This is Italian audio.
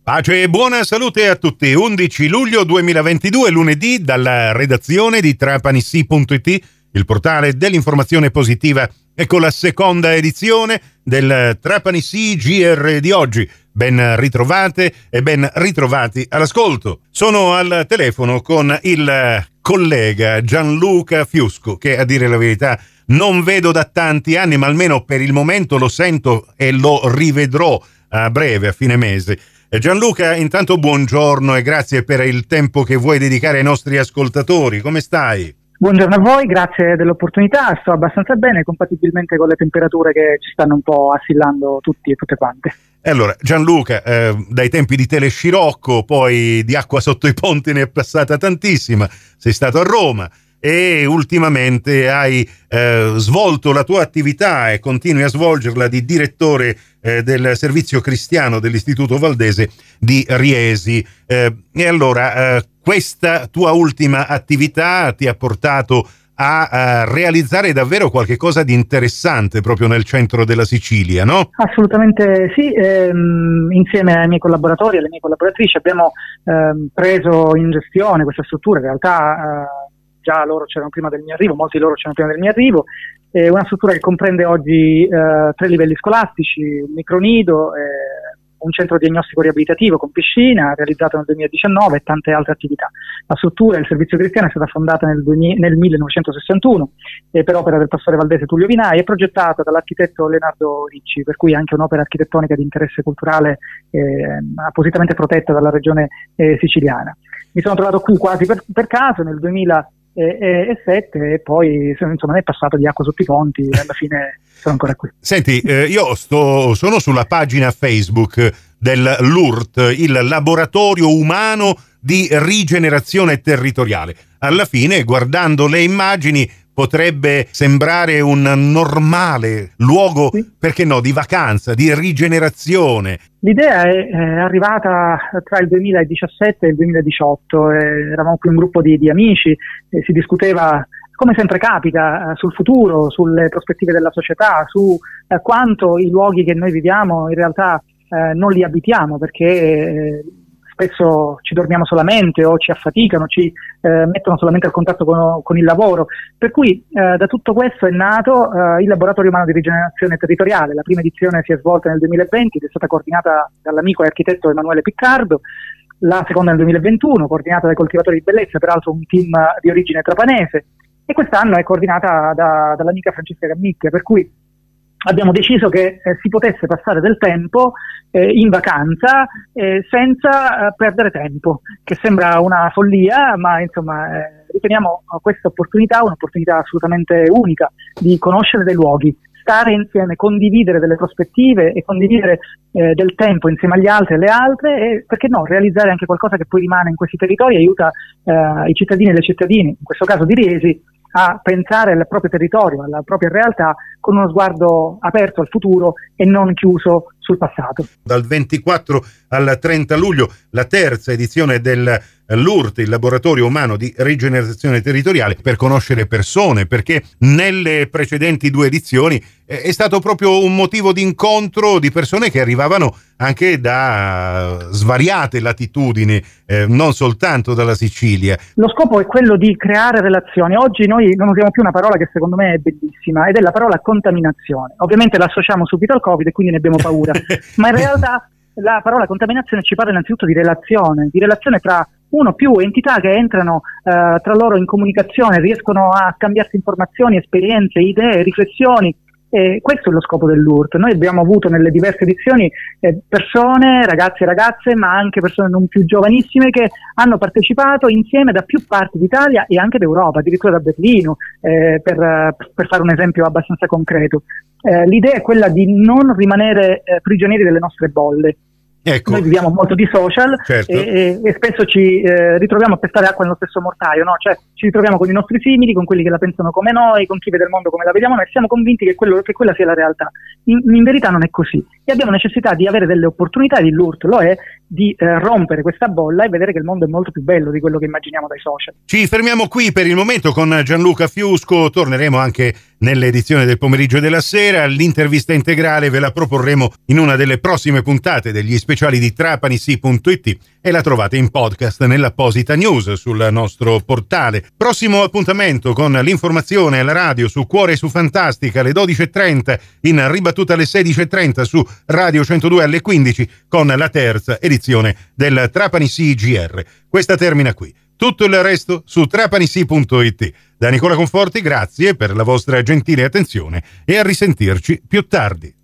Pace e buona salute a tutti. 11 luglio 2022, lunedì, dalla redazione di Trapanissi.it, il portale dell'informazione positiva, e con la seconda edizione del Trapanissi GR di oggi. Ben ritrovate e ben ritrovati all'ascolto. Sono al telefono con il collega Gianluca Fiusco, che a dire la verità non vedo da tanti anni, ma almeno per il momento lo sento e lo rivedrò a breve, a fine mese. Gianluca, intanto buongiorno e grazie per il tempo che vuoi dedicare ai nostri ascoltatori. Come stai? Buongiorno a voi, grazie dell'opportunità. Sto abbastanza bene, compatibilmente con le temperature che ci stanno un po' assillando tutti e tutte quante. Allora, Gianluca, dai tempi di Telescirocco, poi di acqua sotto i ponti ne è passata tantissima. Sei stato a Roma e ultimamente hai svolto la tua attività e continui a svolgerla di direttore del servizio cristiano dell'Istituto Valdese di Riesi. E allora, questa tua ultima attività ti ha portato a realizzare davvero qualche cosa di interessante proprio nel centro della Sicilia, no? Assolutamente sì, insieme ai miei collaboratori e alle mie collaboratrici abbiamo preso in gestione questa struttura. In realtà già loro c'erano prima del mio arrivo, molti di loro c'erano prima del mio arrivo. È una struttura che comprende oggi 3 livelli scolastici, un micronido, un centro diagnostico riabilitativo con piscina realizzato nel 2019 e tante altre attività. La struttura, il servizio cristiano, è stata fondata nel 1961 per opera del pastore valdese Tullio Vinai e progettata dall'architetto Leonardo Ricci, per cui anche un'opera architettonica di interesse culturale appositamente protetta dalla regione siciliana. Mi sono trovato qui quasi per caso nel 2007 e poi insomma ne è passato di acqua sotto i ponti e alla fine sono ancora qui. Senti, io sono sulla pagina Facebook del LURT, il Laboratorio Umano di Rigenerazione Territoriale. Alla fine, guardando le immagini, potrebbe sembrare un normale luogo, sì, perché no, di vacanza, di rigenerazione. L'idea è arrivata tra il 2017 e il 2018, eravamo qui un gruppo di amici, si discuteva, come sempre capita, sul futuro, sulle prospettive della società, su quanto i luoghi che noi viviamo in realtà non li abitiamo, perché spesso ci dormiamo solamente o ci affaticano, ci mettono solamente al contatto con il lavoro. Per cui da tutto questo è nato il Laboratorio Umano di Rigenerazione Territoriale. La prima edizione si è svolta nel 2020 ed è stata coordinata dall'amico e architetto Emanuele Piccardo, la seconda nel 2021, coordinata dai coltivatori di bellezza, peraltro un team di origine trapanese, e quest'anno è coordinata dall'amica Francesca Cammicchia, per cui abbiamo deciso che si potesse passare del tempo in vacanza senza perdere tempo, che sembra una follia, ma insomma riteniamo questa opportunità un'opportunità assolutamente unica di conoscere dei luoghi, stare insieme, condividere delle prospettive e condividere del tempo insieme agli altri e alle altre, e perché no, realizzare anche qualcosa che poi rimane in questi territori e aiuta i cittadini e le cittadine, in questo caso di Riesi, a pensare al proprio territorio, alla propria realtà, con uno sguardo aperto al futuro e non chiuso sul passato. Dal 24 al 30 luglio la terza edizione del LURT, il Laboratorio Umano di Rigenerazione Territoriale, per conoscere persone, perché nelle precedenti 2 edizioni è stato proprio un motivo di incontro di persone che arrivavano anche da svariate latitudini, non soltanto dalla Sicilia. Lo scopo è quello di creare relazioni. Oggi noi non usiamo più una parola che secondo me è bellissima, ed è la parola contaminazione. Ovviamente la associamo subito al Covid e quindi ne abbiamo paura, ma in realtà la parola contaminazione ci parla innanzitutto di relazione tra uno o più entità che entrano tra loro in comunicazione, riescono a scambiarsi informazioni, esperienze, idee, riflessioni. Questo è lo scopo del LURT. Noi abbiamo avuto nelle diverse edizioni persone, ragazzi e ragazze, ma anche persone non più giovanissime, che hanno partecipato insieme da più parti d'Italia e anche d'Europa, addirittura da Berlino, per fare un esempio abbastanza concreto. L'idea è quella di non rimanere prigionieri delle nostre bolle. Ecco. Noi viviamo molto di social, certo, e spesso ci ritroviamo a pestare acqua nello stesso mortaio, no? Cioè ci ritroviamo con i nostri simili, con quelli che la pensano come noi, con chi vede il mondo come la vediamo noi, e siamo convinti che quella sia la realtà. In verità non è così, e abbiamo necessità di avere delle opportunità, di LURT lo è, di rompere questa bolla e vedere che il mondo è molto più bello di quello che immaginiamo dai social. Ci fermiamo qui per il momento con Gianluca Fiusco, torneremo anche nell'edizione del pomeriggio e della sera. L'intervista integrale ve la proporremo in una delle prossime puntate degli speciali di TrapaniSì.it e la trovate in podcast nell'apposita news sul nostro portale. Prossimo appuntamento con l'informazione alla radio su Cuore e su Fantastica alle 12.30, in ribattuta alle 16.30 su Radio 102 alle 15 con la terza edizione del TrapaniSì GR. Questa termina qui. Tutto il resto su TrapaniSì.it. Da Nicola Conforti grazie per la vostra gentile attenzione e a risentirci più tardi.